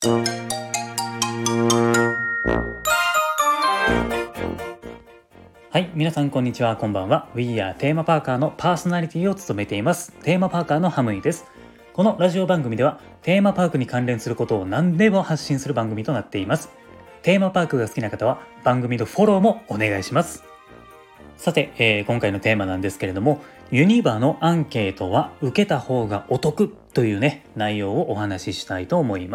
はい、皆さんこんにちは、こんばんは。 We are テーマパーカーのパーソナリティを務めていますテーマパーカーのハムイです。このラジオ番組ではテーマパークに関連することを何でも発信する番組となっています。テーマパークが好きな方は番組のフォローもお願いします。さて、今回のテーマなんですけれども、ユニバのアンケートは受けた方がお得というね、内容をお話ししたいと思います。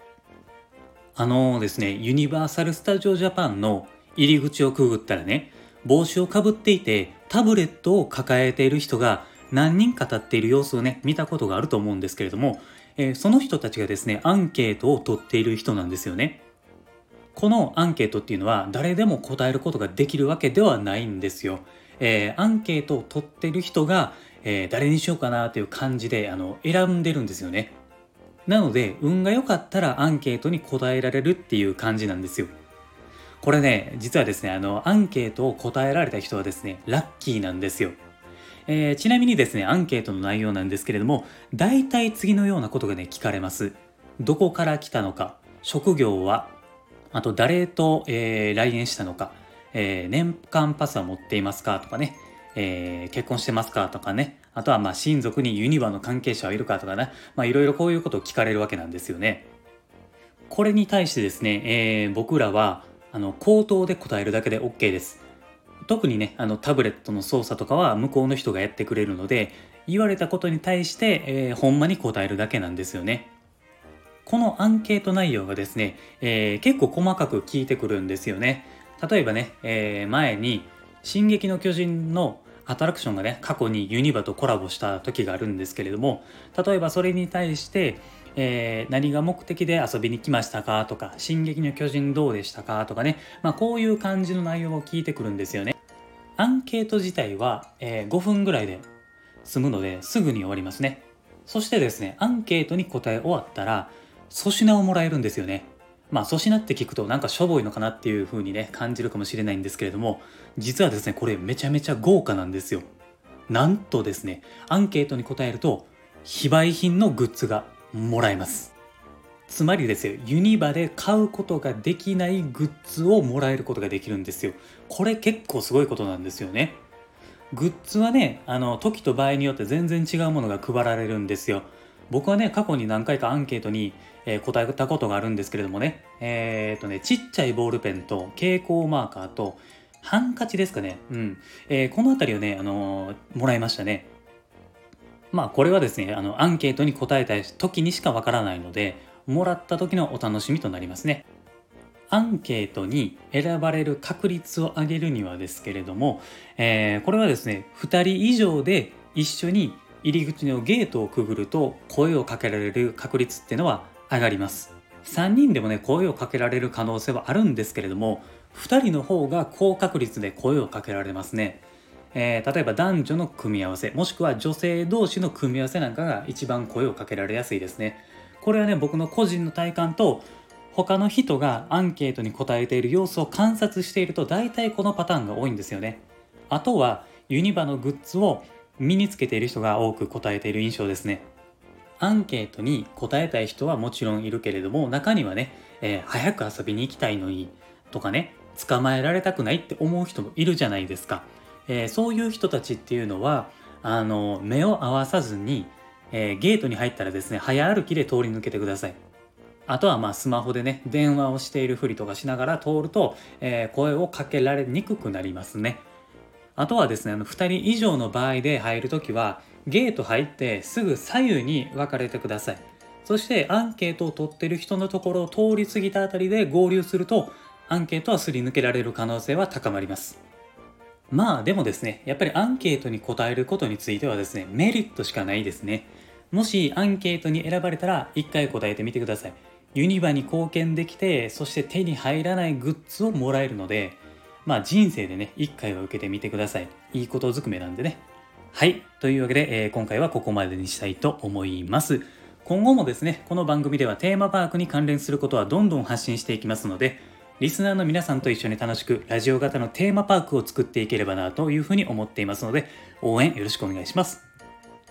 ですね、ユニバーサル・スタジオ・ジャパンの入り口をくぐったらね、帽子をかぶっていてタブレットを抱えている人が何人か立っている様子をね、見たことがあると思うんですけれども、その人たちがですね、アンケートを取っている人なんですよね。このアンケートっていうのは誰でも答えることができるわけではないんですよ。アンケートを取っている人が、誰にしようかなという感じで選んでるんですよね。なので運が良かったらアンケートに答えられるっていう感じなんですよ。これね、実はですね、アンケートを答えられた人はですね、ラッキーなんですよ。ちなみにですね、アンケートの内容なんですけれども、大体次のようなことがね、聞かれます。どこから来たのか、職業は、あと誰と、来園したのか、年間パスは持っていますかとかね、結婚してますかとかね、あとはまあ親族にユニバの関係者はいるかとかね、いろいろこういうことを聞かれるわけなんですよね。これに対してですね、僕らは口頭で答えるだけで OK です。特にね、タブレットの操作とかは向こうの人がやってくれるので、言われたことに対して、ほんまに答えるだけなんですよね。このアンケート内容がですね、結構細かく聞いてくるんですよね。例えばね、前に進撃の巨人のアトラクションがね、過去にユニバとコラボした時があるんですけれども、例えばそれに対して、何が目的で遊びに来ましたかとか、進撃の巨人どうでしたかとかね、こういう感じの内容を聞いてくるんですよね。アンケート自体は、5分ぐらいで済むのですぐに終わりますね。そしてですね、アンケートに答え終わったら粗品をもらえるんですよね。粗品って聞くとなんかしょぼいのかなっていう風にね、感じるかもしれないんですけれども、実はですね、これめちゃめちゃ豪華なんですよ。なんとですね、アンケートに答えると非売品のグッズがもらえます。つまりですよ、ユニバで買うことができないグッズをもらえることができるんですよ。これ結構すごいことなんですよね。グッズはね、時と場合によって全然違うものが配られるんですよ。僕はね、過去に何回かアンケートに、答えたことがあるんですけれどもね、ちっちゃいボールペンと蛍光マーカーとハンカチですかね。このあたりをね、もらいましたね。これはですね、アンケートに答えた時にしかわからないので、もらった時のお楽しみとなりますね。アンケートに選ばれる確率を上げるにはですけれども、これはですね、2人以上で一緒に入り口のゲートをくぐると声をかけられる確率っていうのは上がります。3人でもね、声をかけられる可能性はあるんですけれども、2人の方が高確率で声をかけられますね。例えば男女の組み合わせ、もしくは女性同士の組み合わせなんかが一番声をかけられやすいですね。これはね、僕の個人の体感と他の人がアンケートに答えている様子を観察していると、大体このパターンが多いんですよね。あとはユニバのグッズを身につけている人が多く答えている印象ですね。アンケートに答えたい人はもちろんいるけれども、中にはね、早く遊びに行きたいのにとかね、捕まえられたくないって思う人もいるじゃないですか。そういう人たちっていうのは目を合わさずに、ゲートに入ったらですね、早歩きで通り抜けてください。あとはスマホでね、電話をしているふりとかしながら通ると、声をかけられにくくなりますね。あとはですね、2人以上の場合で入るときは、ゲート入ってすぐ左右に分かれてください。そしてアンケートを取っている人のところを通り過ぎたあたりで合流すると、アンケートはすり抜けられる可能性は高まります。でもですね、やっぱりアンケートに答えることについてはですね、メリットしかないですね。もしアンケートに選ばれたら一回答えてみてください。ユニバに貢献できて、そして手に入らないグッズをもらえるので、人生でね、一回は受けてみてください。いいことずくめなんでね。はい。というわけで、今回はここまでにしたいと思います。今後もですね、この番組ではテーマパークに関連することはどんどん発信していきますので、リスナーの皆さんと一緒に楽しくラジオ型のテーマパークを作っていければなというふうに思っていますので、応援よろしくお願いします。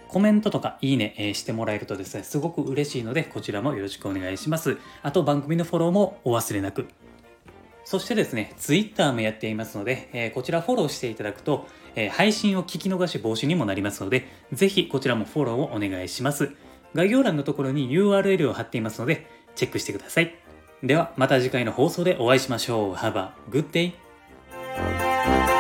コメントとかいいね、してもらえるとですね、すごく嬉しいので、こちらもよろしくお願いします。あと番組のフォローもお忘れなく。そしてですね、Twitter もやっていますので、こちらフォローしていただくと、配信を聞き逃し防止にもなりますので、ぜひこちらもフォローをお願いします。概要欄のところに URL を貼っていますので、チェックしてください。では、また次回の放送でお会いしましょう。Have a good day!